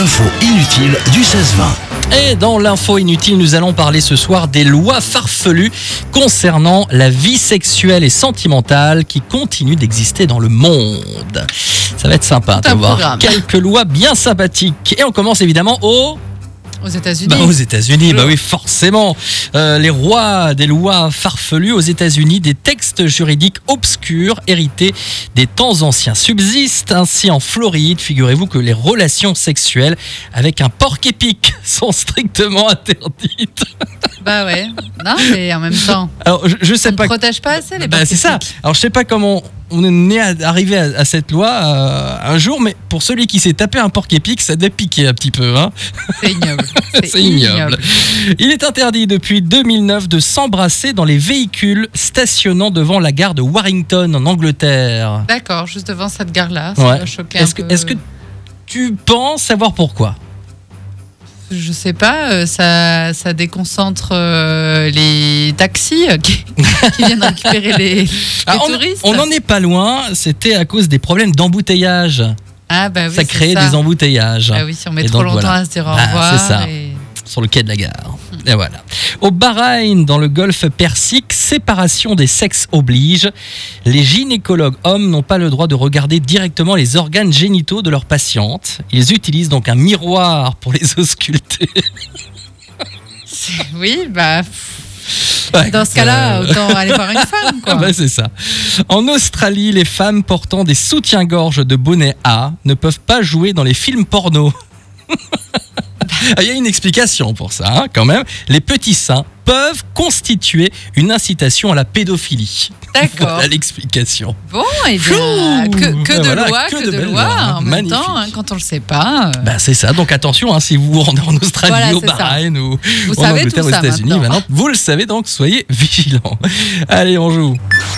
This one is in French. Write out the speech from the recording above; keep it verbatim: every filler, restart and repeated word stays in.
L'info inutile du seize vingt. Et dans l'info inutile, nous allons parler ce soir des lois farfelues concernant la vie sexuelle et sentimentale qui continuent d'exister dans le monde. Ça va être sympa de voir programme. quelques lois bien sympathiques. Et on commence évidemment au... Aux États-Unis. Bah, aux États-Unis, bah oui, forcément. Euh, les rois des lois farfelues aux États-Unis, des textes juridiques obscurs hérités des temps anciens subsistent. Ainsi, en Floride, figurez-vous que les relations sexuelles avec un porc-épic sont strictement interdites. Bah ouais. Non, mais en même temps, Alors, je, je sais on ne pas. protège pas assez les Bah, c'est ça. porc-épics. Alors, je sais pas comment on est né à, arrivé à, à cette loi euh, un jour, mais pour celui qui s'est tapé un porc-épic, ça devait piquer un petit peu, hein. C'est ignoble. C'est ignoble. Il est interdit depuis deux mille neuf de s'embrasser dans les véhicules stationnant devant la gare de Warrington en Angleterre. D'accord, juste devant cette gare-là. Ça Ouais. va choquer Est-ce un que, peu. est-ce que tu penses savoir pourquoi? Je sais pas, euh, ça, ça déconcentre euh, les taxis euh, qui, qui viennent récupérer les, les Ah, on- touristes. On n'en est pas loin, c'était à cause des problèmes d'embouteillage. Ah bah oui, ça c'est crée ça. des embouteillages. Ah oui, si on met Et trop donc, longtemps voilà. à se dire au Bah, revoir. c'est ça. et- Sur le quai de la gare. Et voilà. Au Bahreïn, dans le golfe Persique, séparation des sexes oblige. Les gynécologues hommes n'ont pas le droit de regarder directement les organes génitaux de leurs patientes. Ils utilisent donc un miroir pour les ausculter. Oui, bah Ouais, dans ce cas-là, autant aller voir une femme, quoi. Ah bah, c'est ça. En Australie, les femmes portant des soutiens-gorge de bonnet A ne peuvent pas jouer dans les films porno. Il y a une explication pour ça, hein, quand même. Les petits seins peuvent constituer une incitation à la pédophilie. D'accord. Voilà l'explication. Bon, et bien, Pfou que, que Ben de voilà, lois, que que, de de, belles lois. lois, hein. En même Magnifique. temps, hein, quand on le sait pas. euh, Bah, c'est ça. Donc attention, hein, si vous vous rendez en Australie, Voilà, au c'est ça. Bahreïn ou Vous en savez Angleterre, tout aux ça États-Unis, maintenant. maintenant, vous le savez, donc soyez vigilants. Allez, on joue.